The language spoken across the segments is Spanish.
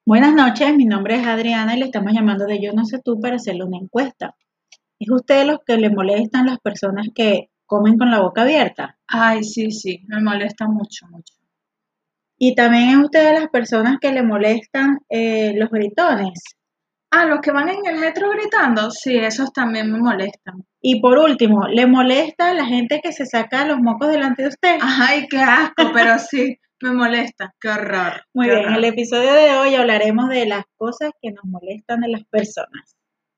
Buenas noches, mi nombre es Adriana y le estamos llamando de Yo no sé tú para hacerle una encuesta. ¿Es usted los que le molestan las personas que comen con la boca abierta? Ay, sí, me molesta mucho, mucho. Y también es usted de las personas que le molestan los gritones. Ah, los que van en el metro gritando, sí, esos también me molestan. Y por último, ¿le molesta la gente que se saca los mocos delante de usted? Ay, qué asco, pero sí, me molesta. Qué horror. Muy qué bien, en el horror. episodio de hoy hablaremos de las cosas que nos molestan de las personas.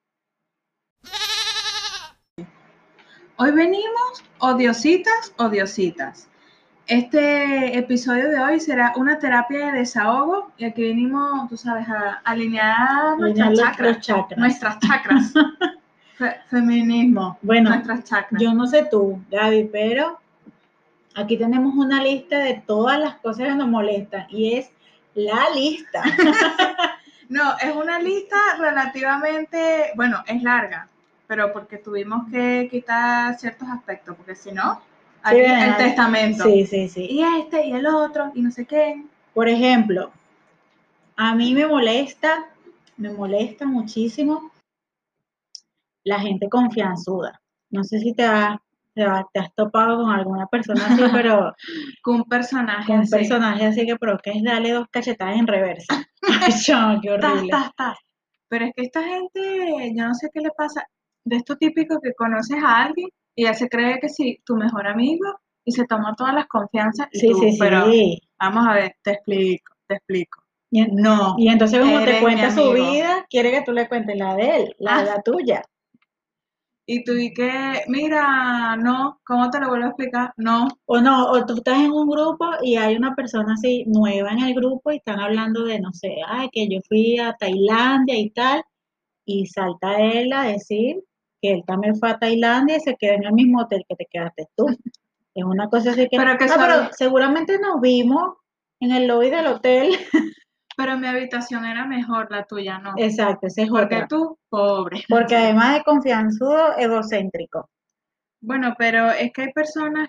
Hoy venimos odiositas, odiositas. Este episodio de hoy será una terapia de desahogo y aquí venimos, tú sabes, a alinear Alinear los chakras. nuestras chakras. Feminismo, Bueno, nuestras chakras. yo no sé tú, Gaby, pero aquí tenemos una lista de todas las cosas que nos molestan y es la lista. No, es una lista relativamente, bueno, es larga, pero porque tuvimos que quitar ciertos aspectos, porque si no, aquí Sí, el testamento. Sí. Y este, y el otro, y no sé qué. Por ejemplo, a mí me molesta muchísimo la gente confianzuda. No sé si te has topado con alguna persona así, pero Con un personaje con un así. personaje así que pero que es darle dos cachetadas en reversa. Ay, chamo, qué horrible. Tas. Pero es que esta gente, yo no sé qué le pasa, de esto típico que conoces a alguien y ya se cree que sí, tu mejor amigo, y se toma todas las confianzas y tú, pero Sí. vamos a ver, te explico. Y, No, y entonces como te eres mi cuenta su amigo. vida, quiere que tú le cuentes la de él, la tuya. Y tú y que, mira, no, ¿cómo te lo vuelvo a explicar? No, O no, o tú estás en un grupo y hay una persona así nueva en el grupo y están hablando de, no sé, ay, que yo fui a Tailandia y tal, y salta él a decir que él también fue a Tailandia y se quedó en el mismo hotel que te quedaste tú. Es una cosa así que, pero que pero seguramente nos vimos en el lobby del hotel. pero mi habitación era mejor, la tuya no. Exacto, esa es Porque otra. tú, pobre. Porque además de confianzudo, egocéntrico. Bueno, pero es que hay personas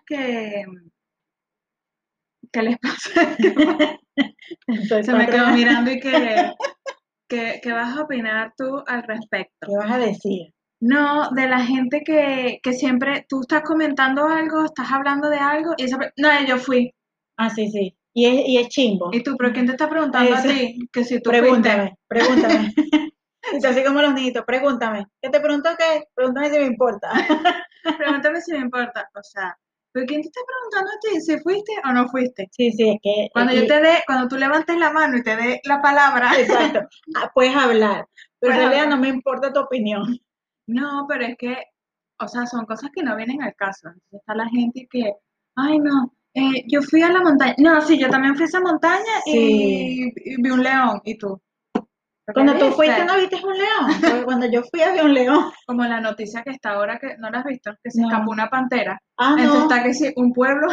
que les pasa, Entonces, se me quedó mirando y que vas a opinar tú al respecto. ¿qué vas a decir? No, de la gente que siempre tú estás comentando algo, estás hablando de algo y esa, no, yo fui. Ah, sí. Y es chimbo. Y tú, pero ¿quién te está preguntando a ti que si tú fuiste? Pregúntame. Y tú así como los niñitos, pregúntame. ¿Qué te pregunto qué? Pregúntame si me importa. Pregúntame si me importa. O sea, ¿pero quién te está preguntando a ti si fuiste o no fuiste? Sí, es que... Cuando tú levantes la mano y te dé la palabra. Exacto. Puedes hablar. Pero en Pues realidad habla. no me importa tu opinión. No, pero es que, o sea, son cosas que no vienen al caso. Entonces está la gente que, ay, no, yo fui a la montaña. No, sí, yo también fui a esa montaña Sí. y vi un león. ¿Y tú? ¿Lo que Cuando tú fuiste viste? no viste un león. Porque cuando yo fui había un león. Como la noticia que está ahora, que no la has visto, que se escapó No. una pantera. Ah, Entonces no. está que sí, un pueblo.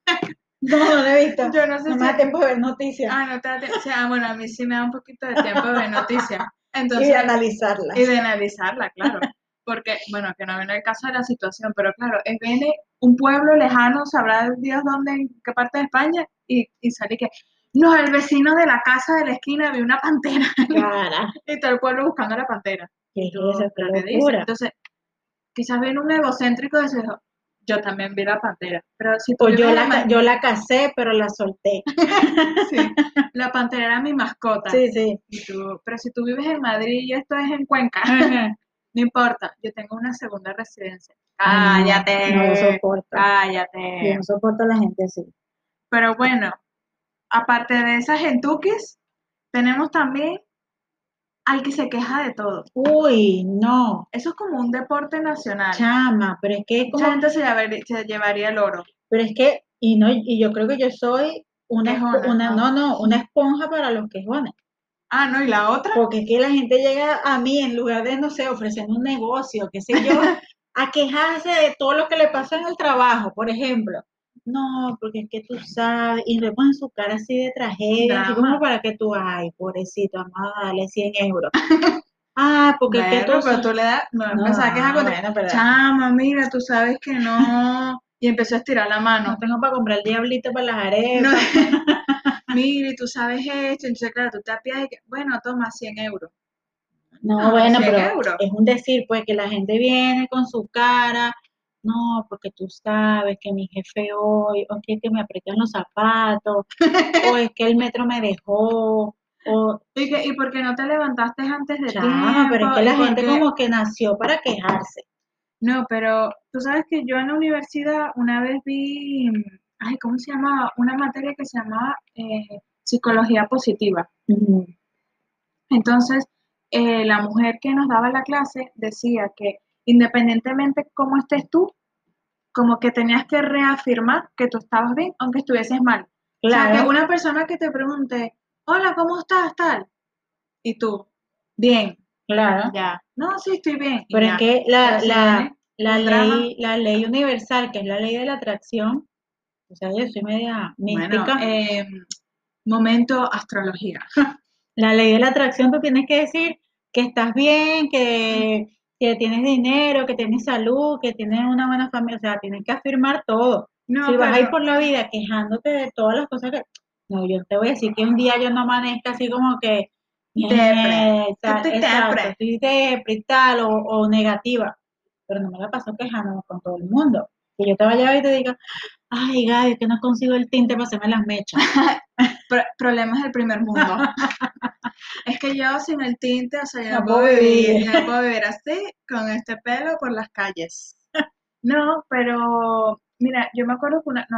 No lo he visto. Yo no sé No me si. da tiempo de ver noticias. Ah, no te da tiempo. O sea, bueno, a mí sí me da un poquito de tiempo de ver noticias. Y de Entonces, y analizarlas. de analizarla, claro. Porque, bueno, que no viene el caso de la situación, pero claro, es viene un pueblo lejano, sabrá Dios dónde, en qué parte de España, y sale que, no, el vecino de la casa de la esquina vio una pantera. Cara. Y todo el pueblo buscando a la pantera. ¿Qué Y es tú, eso? Qué ¿pero qué dices? locura. Entonces, quizás viene un egocéntrico y dice, yo también vi la pantera. Pero si tú O vives en yo la casé, pero la solté. Sí, la pantera era mi mascota. Sí. Y tú, pero si tú vives en Madrid y esto es en Cuenca, Ajá. no importa, yo tengo una segunda residencia. Ay, no, no lo Cállate, soporto. Yo cállate. no soporto a la gente así. Pero bueno, aparte de esas gentuquis, tenemos también al que se queja de todo. Uy, no, Eso es como un deporte nacional. chama, pero es que Mucha como, gente se llevaría el oro. pero es que, y no, y yo creo que yo soy Quejonas, ¿no? una esponja para los quejones. Ah, no, y la otra. Porque es que la gente llega a mí en lugar de, no sé, ofrecerme un negocio, qué sé yo, a quejarse de todo lo que le pasa en el trabajo, por ejemplo. No, porque es que tú sabes, y le ponen su cara así de tragedia, así como Drama. para que tú, ay, pobrecito, vamos a darle 100 euros. Ah, porque es que Bueno, tú pero tú sabes. le das, no No, pensaba que es algo de, bueno, pero chama, mira, tú sabes que no. Y empezó a estirar la no mano. tengo para comprar el diablito para las No, arepas. mira, y tú sabes esto, entonces claro, tú te apiadas y que, bueno, toma 100 euros. No, No, bueno, 100 pero euros. es un decir, pues que la gente viene con su cara, no, porque tú sabes que mi jefe hoy, o que me aprietan los zapatos, o es que el metro me dejó, o ¿Y por qué no te levantaste antes de chama, pero tiempo? es que ¿Y la por gente qué? como que nació para quejarse. No, pero tú sabes que yo en la universidad una vez vi, ay, ¿cómo se llamaba? Una materia que se llamaba psicología positiva. Ujú. Entonces, la mujer que nos daba la clase decía que independientemente cómo estés tú, como que tenías que reafirmar que tú estabas bien, aunque estuvieses mal. O sea, que Claro, una persona que te pregunte, hola, ¿cómo estás? Tal. Y tú, bien. Bueno, claro. ya. No, sí, estoy bien. Y Pero es ya. que Pero si viene un drama, la ley universal, que es la ley de la atracción, o sea, yo soy media bueno, mística. momento astrología. La ley de la atracción, tú tienes que decir que estás bien, que tienes dinero, que tienes salud, que tienes una buena familia, o sea, tienes que afirmar todo. No, Si vas a ir pero por la vida quejándote de todas las cosas que... No, yo te voy a decir que un día yo no amanezca así como que, depre. Que tal, estoy exacto, depre. estoy depre y tal, o negativa, pero no me la paso quejándome con todo el mundo. Que yo te vaya a ver y te diga, ay, Gaby, que no consigo el tinte para hacerme las mechas. Problemas del primer mundo. Es que yo sin el tinte, o sea, yo no No puedo puedo vivir, vivir. yo no puedo vivir así, con este pelo por las calles. No, pero mira, yo me acuerdo que no,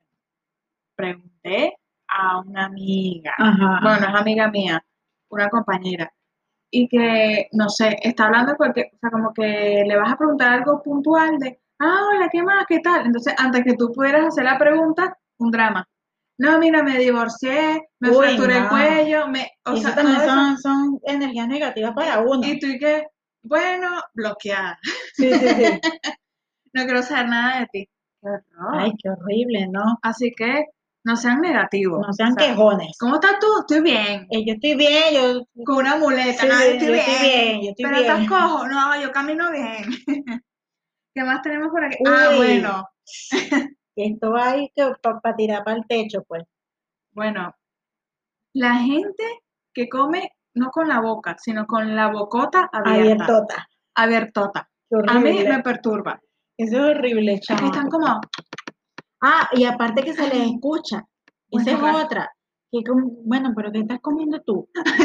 pregunté a una amiga, Ajá, bueno, no ajá. es amiga mía, una compañera, y que, no sé, está hablando porque, o sea, como que le vas a preguntar algo puntual de, hola, ¿qué más? ¿Qué tal? Entonces, antes que tú pudieras hacer la pregunta, un drama. No, mira, me divorcié, me Uy, fracturé el no. cuello, o Y eso sea, también todo eso. son energías negativas para Y uno. tú y que, bueno, bloqueada. Sí, sí, sí. No quiero saber nada de ti. Qué Ay, horror. qué horrible, ¿no? Así que no sean negativos. No O sean sea, quejones. ¿cómo estás tú? Estoy bien. Yo estoy bien, yo, Con una muleta, sí, no, yo sí, estoy yo estoy bien. bien, yo estoy Pero estás bien. cojo, no, yo camino bien. ¿Qué más tenemos por aquí? Ah, Uy, bueno, esto hay que para tirar para el techo, pues. bueno, la gente que come no con la boca, sino con la bocota abierta, Abiertota. abiertota. Qué A mí me horrible. perturba. Eso es horrible, Que chama. están como, Ah, y aparte que se les escucha. Esa bueno, es claro. otra. Bueno, pero ¿qué estás comiendo tú?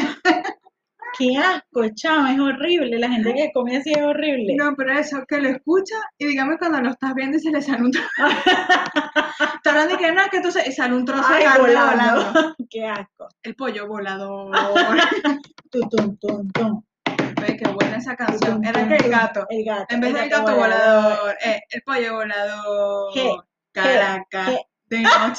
Qué asco, chama, es horrible. La gente que come así es horrible. No, pero eso, que lo escucha y dígame cuando lo estás viendo y se le sale un trozo. Te hablan de que no, que tú y sale un trozo de Ay, carne volando. volando. Qué asco. El pollo volador. Tum, tum, tum. Ve qué buena esa canción. Tum, Era tum, que el tum. gato. En vez El del gato gato volador. volador, el pollo Je, volador. je, Caracas, je. de noche.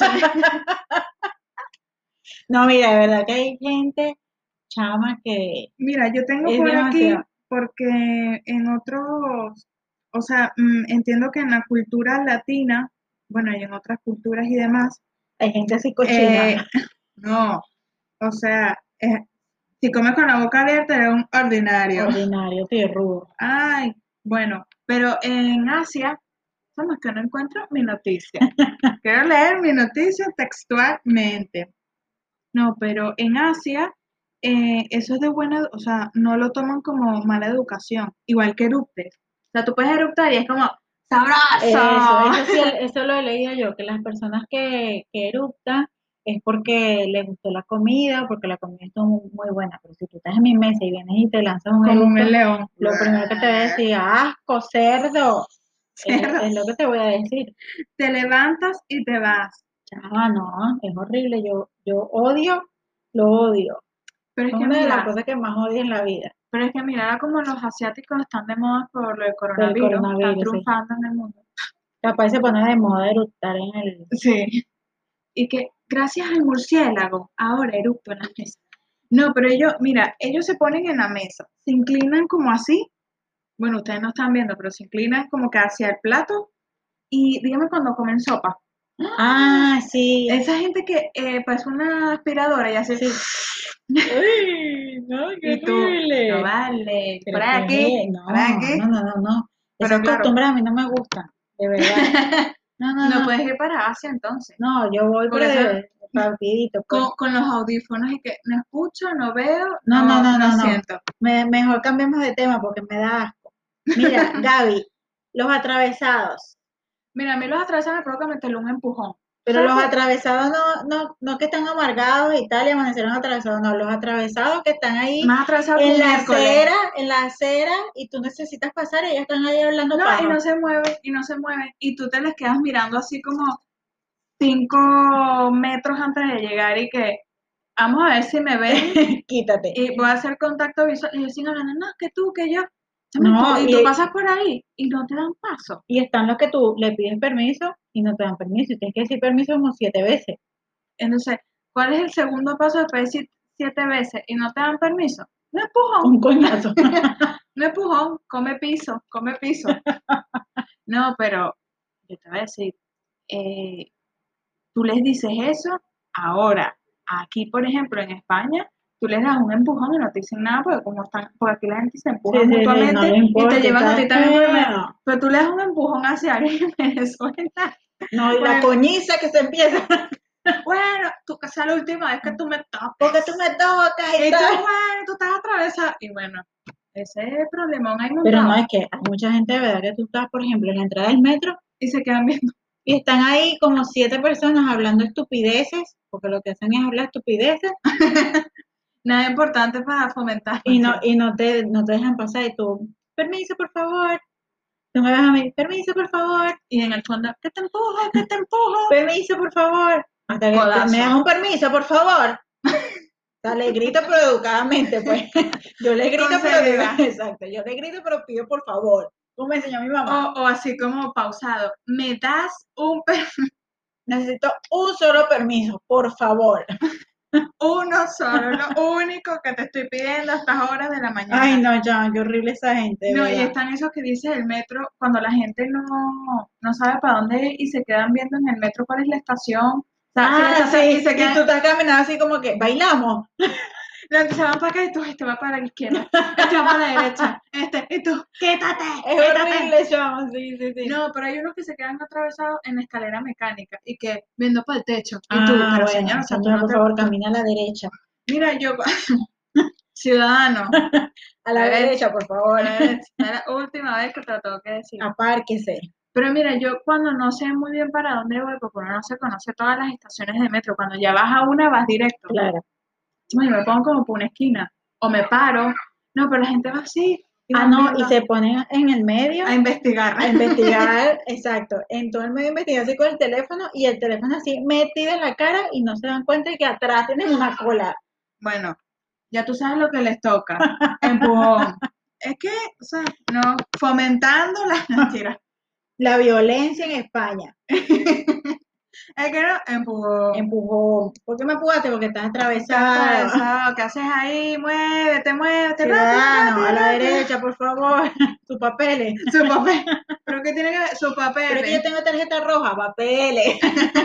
No, mira, de verdad que hay gente, chama, que Mira, yo tengo es por aquí, demasiado. porque en otros, o sea, entiendo que en la cultura latina, bueno, y en otras culturas y demás, Hay gente así cochina. eh, no, o sea, si comes con la boca abierta eres un ordinario. Ordinario, rudo. Ay, bueno, pero en Asia, como es que no encuentro mi noticia. Quiero leer mi noticia textualmente. No, pero en Asia, eso es de buena, o sea, no lo toman como mala educación, igual que eruptes. O sea, tú puedes eruptar y es como, ¡sabroso! Eso sí, eso lo he leído yo, que las personas que eruptan es porque les gustó la comida, porque la comida estuvo muy buena. Pero si tú estás en mi mesa y vienes y te lanzas un Como un eructo, león. lo primero que te voy a decir, asco, cerdo, Cerdo. es lo que te voy a decir. Te levantas y te vas. Ah, no, es horrible. Yo odio, lo odio. Pero Es es que una de las mira, cosas que más odio en la vida, pero es que mira como los asiáticos están de moda por lo del por el coronavirus, están coronavirus, sí. triunfando en el mundo. Capaz se pone de moda eructar en el... Sí. Y que gracias al murciélago, ahora eructo en la mesa. No, pero ellos, mira, ellos se ponen en la mesa, se inclinan como así, bueno, ustedes no están viendo, pero se inclinan como que hacia el plato y dígame cuando comen sopa. ¡Ah! Ah, sí, Esa gente que parece una aspiradora y así, sí. Uy, no, qué y tú, no horrible. vale, Pero para aquí, que, para no, aquí, no, no, no, no. pero Esas claro, costumbres a mí no me gustan, de verdad. No, no, no no. puedes ir para Asia entonces. No, yo voy, Porque pero eso, rapidito, pues. con los audífonos y que no escucho, no veo, No, no, no, no no, no. siento. Mejor cambiemos de tema porque me da asco. Mira, Gaby, los atravesados. Mira, a mí los atravesados me provoca meterle un empujón. Pero ¿Sabes los por qué? atravesados no que están amargados y tal y amanecieron atravesados, no, los atravesados que están ahí Más atravesado que un miércoles. en la acera y tú necesitas pasar y ellos están ahí hablando No, y paja. no se mueve, y no se mueve. Y tú te les quedas mirando así como 5 metros antes de llegar y que vamos a ver si me ven Quítate. y voy a hacer contacto visual. Y yo sigo hablando, no, que tú, que yo. No, Y tú pasas por ahí y no te dan paso. y están los que tú le pides permiso y no te dan permiso y tienes que decir permiso como 7 veces. Entonces, ¿cuál es el segundo paso después de decir 7 veces y no te dan permiso? No empujón, Un coñazo. no empujón, come piso, come piso. No, pero yo te voy a decir, eh, tú les dices eso ahora. Aquí, por ejemplo, en España, tú les das un empujón y no te dicen nada porque como están, porque aquí la gente se empuja Sí, sí, sí, no mutuamente le y te importa, llevan a ¿sabes ti también por el medio. qué? Pero tú le das un empujón hacia alguien en Venezuela. No, y la Bueno, coñiza que se empieza. bueno, tú que sea la última vez que tú me Porque toques. tú me tocas y Y tú, tal. bueno, tú estás atravesada. Y bueno, ese es el problemón ahí Pero no, montado. es que hay mucha gente de verdad que tú estás, por ejemplo, en la entrada del metro Y se quedan viendo. y están ahí como 7 personas hablando estupideces, porque lo que hacen es hablar estupideces Nada importante para fomentar. y no te dejan pasar y tú, permiso, por favor. Tú me ves a mí, permiso, por favor. Y en el fondo, que te empujo, que te empujo. Permiso, por favor. Hasta que me das Codazo. un permiso, por favor. O sea, le grito pero educadamente, pues. Yo le grito Con pero seriedad. exacto, yo le grito pero pido por favor. Como me enseñó mi mamá. O así como pausado. Me das un Necesito un solo permiso, por favor. uno solo, lo único que te estoy pidiendo a estas horas de la Ay, mañana. no, John, qué horrible esa gente, de No, y verdad. están esos que dice el metro, cuando la gente no sabe para dónde ir y se quedan viendo en el metro cuál es la estación. O sea, si la Ah, estación, y sí, se y tú quedan, estás caminando así como que, bailamos. no, se van para acá y tú, este va para la izquierda, este va para la derecha, y tú, quítate, Es quítate. horrible, John, sí, sí, sí. No, pero hay unos que se quedan atravesados en la escalera mecánica y que viendo para el techo. Y tú, Ah, pero bueno, señor, o sea, tú señor, no por te... favor, camina a la derecha. Mira, yo, ciudadano, A a la ver, derecha, por favor. a ver, es la última vez que te lo tengo que decir. Apárquese. Pero mira, yo cuando no sé muy bien para dónde voy, porque uno no se conoce todas las estaciones de metro, cuando ya vas a una vas directo. Claro. Yo me pongo como por una esquina, o me paro. No, pero la gente va así, y Ah, van no, y viendo se ponen en el medio a investigar. a investigar, exacto, en todo el medio investigar así con el teléfono y el teléfono así metido en la cara y no se dan cuenta de que atrás tienen una cola. Bueno, ya tú sabes lo que les toca. Empujón. Es que, o sea, no, fomentando las mentiras. La violencia en España. Es que no, empujón. Empujó. ¿Por qué me empujaste? Porque estás Estás atravesado. atravesado, ¿qué haces ahí? Muévete, muévete, rápido, Ciudadano, a rápido, la rápido. derecha, por favor. Tus papeles. Su papel. ¿Pero qué tiene que ver? Su Pero es que yo papel. tengo tarjeta roja, papeles.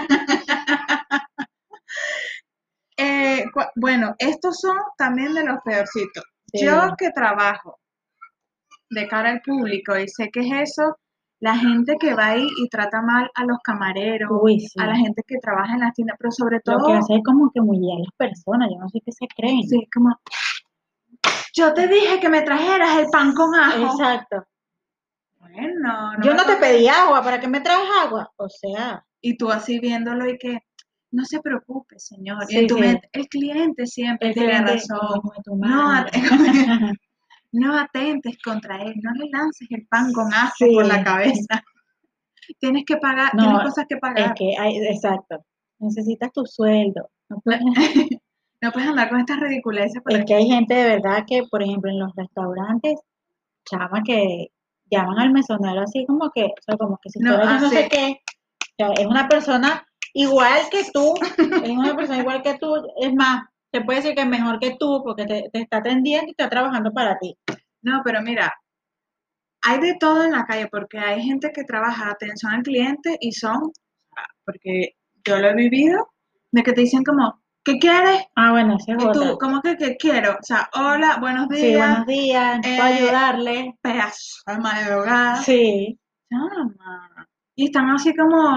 Bueno, estos son también de los peorcitos. Sí. Yo que trabajo de cara al público y sé que es eso, la gente que va ahí y trata mal a los camareros, Uy, sí. a la gente que trabaja en las tiendas, pero sobre Lo todo, que hace es como que humillar a las personas. Yo no sé qué se creen. sí, como, yo te dije que me trajeras el pan con ajo. Exacto. Bueno, Yo me no te toques. pedí agua, ¿para qué me traes agua? O sea, Y tú así viéndolo y que, no se preocupe, señor. Y sí, en tu sí. mente, el cliente siempre El tiene cliente, razón. coño de tu No, madre. no atentes contra él, no le lances el pan con ajo Sí. por la cabeza. Tienes que pagar, No, tienes cosas que es pagar. que hay, exacto. Necesitas tu sueldo. No puedes- No puedes andar con estas ridiculeces por Es ahí. que hay gente de verdad que, por ejemplo, en los restaurantes, chama que llaman al mesonero así como que, o sea, como que si No, fuera yo no sé así. qué. O sea, es una persona igual que tú, es una persona igual que tú, es más, te puede decir que es mejor que tú porque te está atendiendo y está trabajando para ti. No, pero mira, hay de todo en la calle porque hay gente que trabaja atención al cliente y son, porque yo lo he vivido, de que te dicen como, ¿qué quieres? Ah, bueno, esa es Y otra. tú, ¿cómo que qué quiero? O sea, hola, buenos Sí, días, buenos días, ¿puedo ayudarle? pedazo, alma de hogar. Sí, Llama. Y están así como,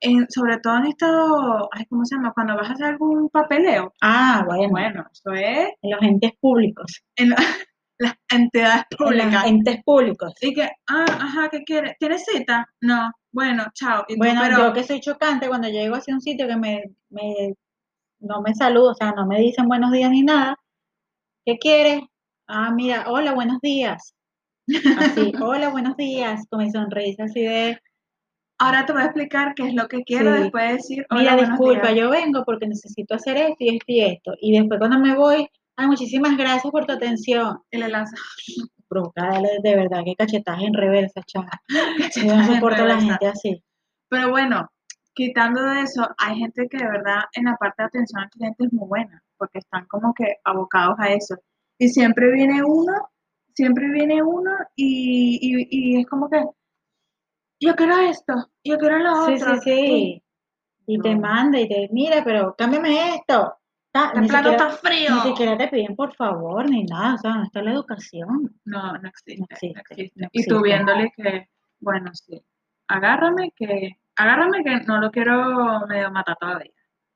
sobre todo en esto, ay, ¿cómo se llama? Cuando vas a hacer algún papeleo. Ah, bueno, Bueno, eso es en los entes públicos, en las entidades en los públicas. entes públicos. Y que, ajá, ¿qué quieres? ¿Tienes cita? No, bueno, chao. Y tú, Bueno, pero, yo que soy chocante cuando llego hacia un sitio que no me saludo, o sea, no me dicen buenos días ni nada. ¿Qué quieres? Ah, mira, hola, buenos días. Así, hola, buenos días, con mi sonrisa así de, ahora te voy a explicar qué es lo que quiero sí, después de decir, hola, mira, buenos días. disculpa, yo vengo porque necesito hacer esto y esto y esto. Y después cuando me voy, ay, muchísimas gracias por tu atención. Y le lanzas Provocar de verdad que cachetaje en reversa, chama. Yo no cachetas en soporto a la reversa. gente así. Pero bueno, quitando de eso, hay gente que de verdad en la parte de atención al cliente es muy buena, porque están como que abocados a eso. Y siempre viene uno y es como que, yo quiero esto, yo quiero lo Sí, sí, otro, y sí. Y te no, manda y te, mira, pero cámbiame esto. este plano está Ni frío. siquiera te piden por favor ni nada, o sea, no está la educación. No, No no existe, no existe. Y tú existe. viéndole que, bueno, sí, agárrame que no lo quiero medio matar todavía.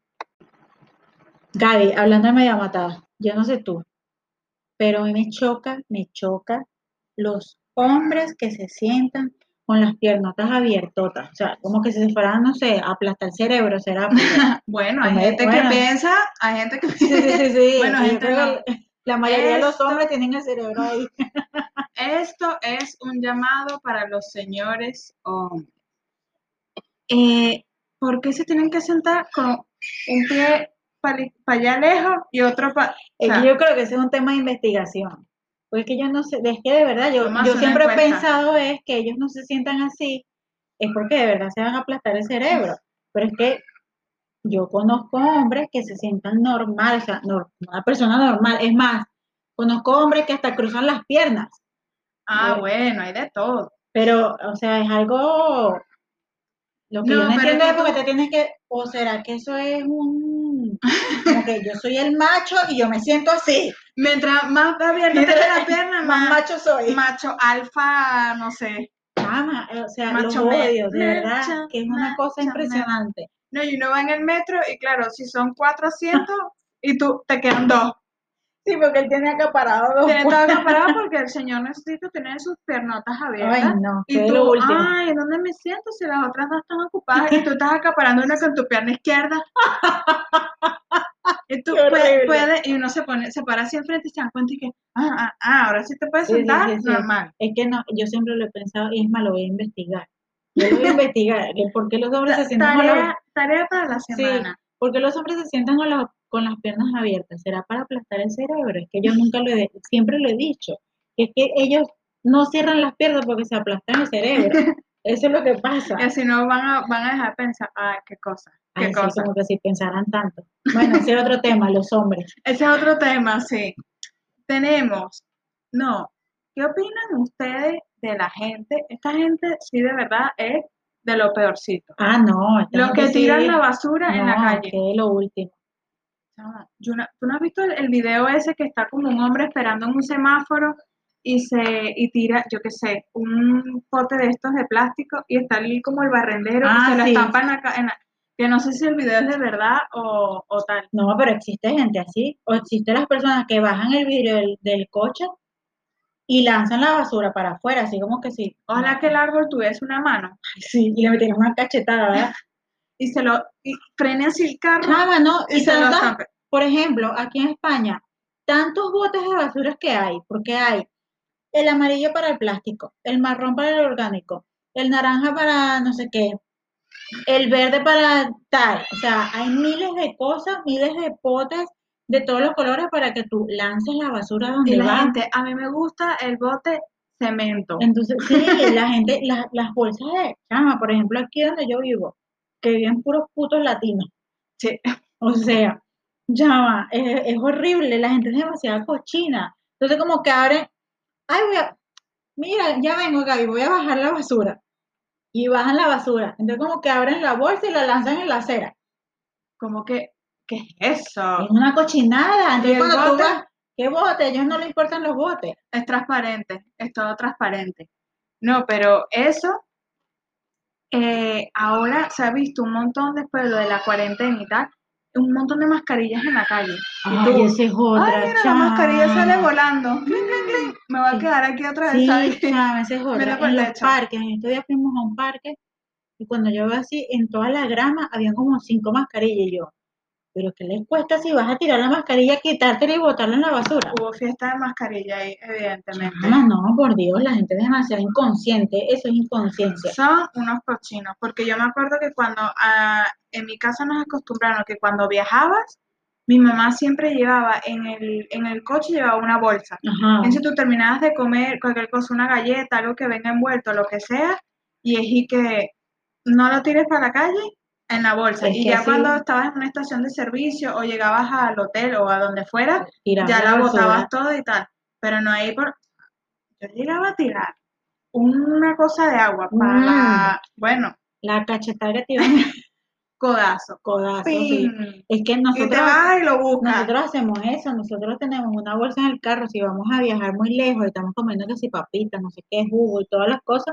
Gaby, hablando de media matada, yo no sé tú, pero a mí me choca los hombres que se sientan con las piernotas abiertotas, o sea, como que si se fueran, no sé, a aplastar el cerebro, será, porque, Bueno, tú bueno, hay gente que sí, sí, sí, sí, bueno, yo gente creo no. que la mayoría de los hombres Esto, tienen el cerebro ahí. esto es un llamado para los señores hombres. ¿Por qué se tienen que sentar con un pie para allá lejos y otro para, o Es que sea, yo creo que ese es un tema de investigación, porque es que yo no sé, es que de verdad, vamos a yo hacer una siempre he encuesta? pensado es que ellos no se sientan así, es porque de verdad se van a aplastar el cerebro, pero es que yo conozco hombres que se sientan normal, o sea, una persona normal. Es más, conozco hombres que hasta cruzan las piernas. Ah, bueno, hay de todo. Pero, o sea, es algo, lo que yo No, no pero es entiendo que es porque tú, te tienes que, o será que eso es como que yo soy el macho y yo me siento así. mientras más abierta tenga Mientras la pierna, más más macho soy. macho alfa, no sé, Chama, o sea, los macho odio, de verdad, macho, que es una cosa macho man. impresionante. No, y uno va en el metro y claro, si son 400 y tú te quedan dos. Sí, porque él tiene acaparado dos Tiene todo puestas. acaparado porque el señor necesita tener sus piernotas Ay, abiertas no, y que es lo tú, último. ay, ¿dónde me siento si las otras dos están ocupadas y tú estás acaparando una con tu pierna izquierda? Y Qué tú horrible. puedes, y uno se para así enfrente y se da cuenta y que, ahora sí te puedes Sí, sí, sentar sí, sí. normal. Es que no, yo siempre lo he pensado y es más, lo voy a investigar. Yo lo voy a investigar, que por qué los hombres se sientan con los, Tarea para la sí, semana. por qué los hombres se sientan con las piernas abiertas. ¿Será para aplastar el cerebro? Es que yo nunca siempre lo he dicho. Es que ellos no cierran las piernas porque se aplastan el cerebro. Eso es lo que Y pasa. así no van a dejar de pensar, ay, qué cosa, qué Ay, sí, cosa. como que si pensaran tanto. Bueno, ese es otro tema, los hombres. Ese es otro tema, sí. Tenemos, no, ¿qué opinan ustedes de la gente? Esta gente sí de verdad es de lo peorcito. Ah, no, esta Los gente que tiran la sí, basura en la no, calle. que es lo último. Chama, ¿tú no has visto el video ese que está como un hombre esperando en un semáforo y tira, yo qué sé, un pote de estos de plástico y está ahí como el barrendero y se Ah, lo sí, estampa que no sé si el video es de verdad o tal. no, pero existe gente así, o existen las personas que bajan el vidrio del coche y lanzan la basura para afuera, así como que sí, Ojalá no, que el árbol tuviese una mano sí, y le metieron una cachetada, ¿verdad? y frene así el carro Chama, ¿no? y Y se lo tantas, estampe. por ejemplo, aquí en España, tantos botes de basura que hay, porque hay el amarillo para el plástico, el marrón para el orgánico, el naranja para no sé qué, el verde para tal, o sea, hay miles de cosas, miles de potes de todos los colores para que tú lances la basura Y donde la va. gente, a mí me gusta el bote cemento. Entonces, sí, la gente, las bolsas de chama, por ejemplo, aquí donde yo vivo, que viven puros putos latinos, Sí. o sea, llama, es horrible, la gente es demasiado cochina. Entonces, como que abren, ay, mira, ya vengo, Gaby, voy a bajar la basura. Y bajan la basura. Entonces, como que abren la bolsa y la lanzan en la acera. Como que, ¿qué es Es eso? una cochinada. Y Entonces, el cuando tú bote vas, ¿qué bote? A ellos no les importan los botes. es transparente, es todo transparente. No, pero eso, Ahora se ha visto un montón después de lo de la cuarentena y tal, un montón de mascarillas en la calle. Y Ay, tú, esa es ay, otra, mira, la mascarilla sale chama. volando. Clink, clink, Mm, clink. Me voy a sí, quedar aquí otra vez, ¿sabes? sí, chama, esa es otra. Viendo por En el los techo. parques, en estos días fuimos a un parque y cuando yo veo así, en toda la grama habían como 5 mascarillas y yo, ¿pero qué les cuesta si vas a tirar la mascarilla, quitártela y botarla en la basura? Hubo fiesta de mascarilla ahí, evidentemente. Chama, no, por Dios, la gente es demasiado inconsciente, eso es inconsciencia. Son unos cochinos, porque yo me acuerdo que cuando en mi casa nos acostumbraron que cuando viajabas, mi mamá siempre llevaba en el coche llevaba una bolsa. Ajá, Entonces tú terminabas de comer cualquier cosa, una galleta, algo que venga envuelto, lo que sea, y que no lo tires para la calle en la bolsa. es Y que ya cuando así estabas en una estación de servicio o llegabas al hotel o a donde fuera, tirabas ya la la botabas basura. todo y tal. Pero no ahí por... Yo llegaba a tirar una cosa de agua para Mm, bueno, la cachetada que te iban a codazo, codazo, sí. ¡ping! Es que Y te vas y lo buscas. nosotros hacemos eso, nosotros tenemos una bolsa en el carro, si vamos a viajar muy lejos y estamos comiendo que si papitas, no sé qué, jugo y todas las cosas,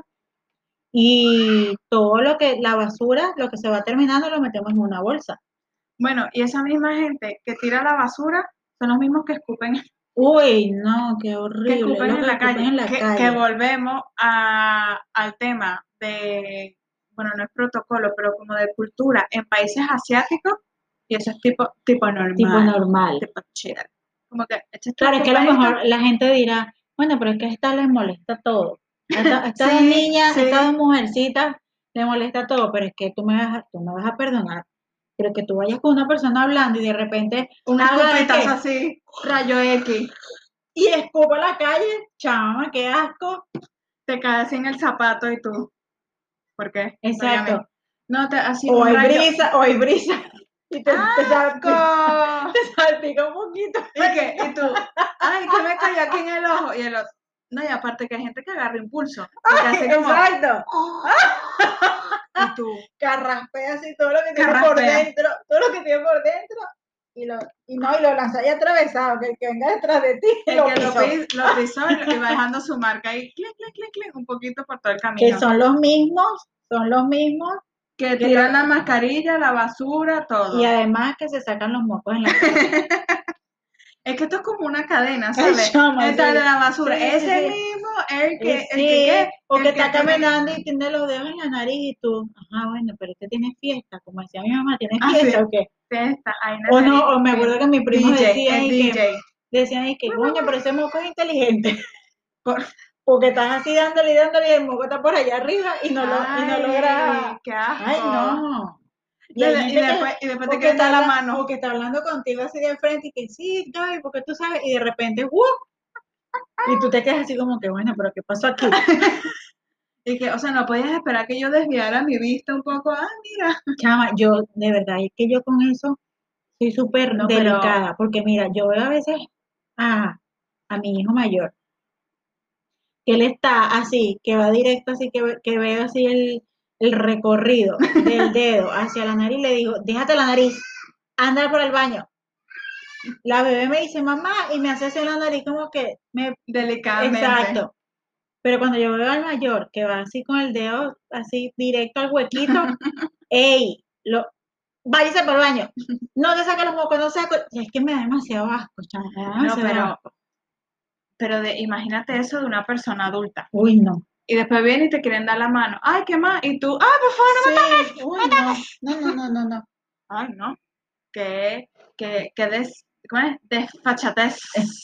y todo lo que, la basura, lo que se va terminando, lo metemos en una bolsa. Bueno, y esa misma gente que tira la basura son los mismos Uy, no, qué que horrible, escupen lo en que la escupen calle. en la Que calle. volvemos al tema de, bueno, no es protocolo, pero como de cultura en países asiáticos, y eso es tipo Tipo normal, normal. tipo chill. Como que, este es Claro, es tu que a lo país, mejor la gente dirá, bueno, pero es que a esta les molesta todo. A estas dos sí, niñas, a estas dos sí, mujercitas le molesta todo, pero es que tú me vas a perdonar. Pero que tú vayas con una persona hablando y de repente un haga de escupitazo qué así, rayo X, y escupa a la calle, chama, qué asco. te cae así en el zapato y tú. ¿Por qué? Porque a mí. Exacto. No, así un rayo. O hay brisa, y ¡Asco! te salpica un poquito. Y tú, ay, que me cayó aquí en el ojo. Y el otro. No, y aparte que hay gente que agarra impulso. Porque Ay, hace como. exacto. Y tú, Carraspea así todo lo que tiene por carraspea. dentro, todo lo que tiene por dentro, y lo lanza ahí atravesado, que el que venga detrás de ti El lo que pisó. lo pisó y va dejando su marca ahí, clic, clic, clic, clic, un poquito por todo el Que camino. son los mismos Que que tiran la mascarilla, la basura, y todo. además que se sacan los mocos en la cara. Es que esto es como una cadena, Ay, ¿sabes? chama, El tal de sí. la basura. Sí, sí, Ese sí. mismo, el que, el que, Sí, ¿qué? o que El que está tiene. caminando y tiene los dedos en la nariz y tú, ajá, bueno, pero este tiene fiesta, como decía mi mamá, ¿tiene Así, fiesta o qué? fiesta, hay una O no, nariz o me acuerdo que mis primos DJ, decían es DJ. coño, pero ese moco es inteligente. Por- Porque estás así dándole y dándole y el moco está por allá arriba y no Ay, logra. qué Ay, asco. no. Y No, hay gente que, y después te o que quieren te dar la habla, mano. o que está hablando contigo así de frente y que sí, Gaby, porque tú sabes, y de repente, y tú te quedas así como que, bueno, pero ¿qué pasó aquí? Y que, o sea, no podías esperar que yo desviara mi vista un poco. Ah, mira. Chama, yo, de verdad, es que yo con eso soy súper No, pero, delicada, porque mira, yo veo a veces a, a mi hijo mayor, que él está así, que va directo, así que veo así el recorrido del dedo hacia la nariz, y le digo, déjate la nariz, anda por el baño. La bebé me dice, mamá, y me hace así en la nariz como que delicadamente. exacto. Pero cuando yo veo al mayor que va así con el dedo así directo al huequito, ey, váyase por el baño. No te saques los mocos, no saco. Es que me da demasiado asco, chama, me da No, demasiado asco. pero imagínate eso de una persona adulta. Uy, no. Y después vienen y te quieren dar la mano. Ay, ¿qué más? Y tú, ah, por favor, no me Sí, toques, uy, no no. toques. No, no, no, no, no. Ay, no. ¿Cómo es? Desfachatez.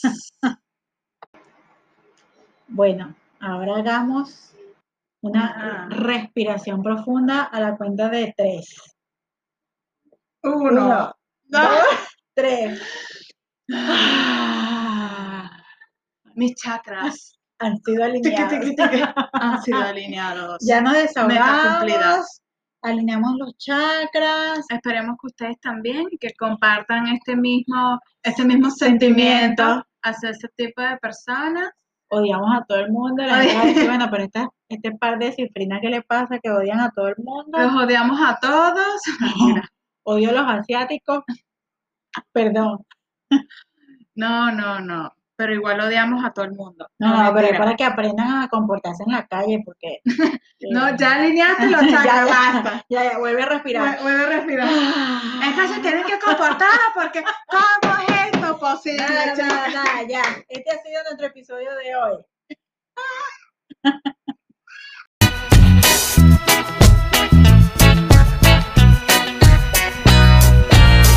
Bueno, ahora hagamos una Ajá. respiración profunda a la cuenta de tres. Uno. Uno, dos, Ah, tres. Ah, mis chakras. han sido Tiqui, alineados. tiqui, tiqui. Han sido alineados. Ya nos Metas desahogamos, cumplidas. alineamos los chakras, Esperemos que ustedes también y que compartan este mismo sentimientos, sentimiento hacia ese tipo de personas. odiamos a todo el mundo. La gente va a decir, bueno, pero este par de cifrinas, ¿qué le pasa? Que odian a todo el mundo. Los odiamos a todos. Mentira. Odio a los asiáticos, perdón. No, no, no. pero igual odiamos a todo el mundo. No, No, no, pero es mentira. para que aprendan a comportarse en la calle, porque No, ya alineaste los ya, chakras, ya, basta. ya, vuelve a respirar. Vuelve a respirar. Es que se tienen que comportar porque ¿cómo es esto posible, Nada, chica? nada, nada, ya. Este ha sido nuestro episodio de hoy.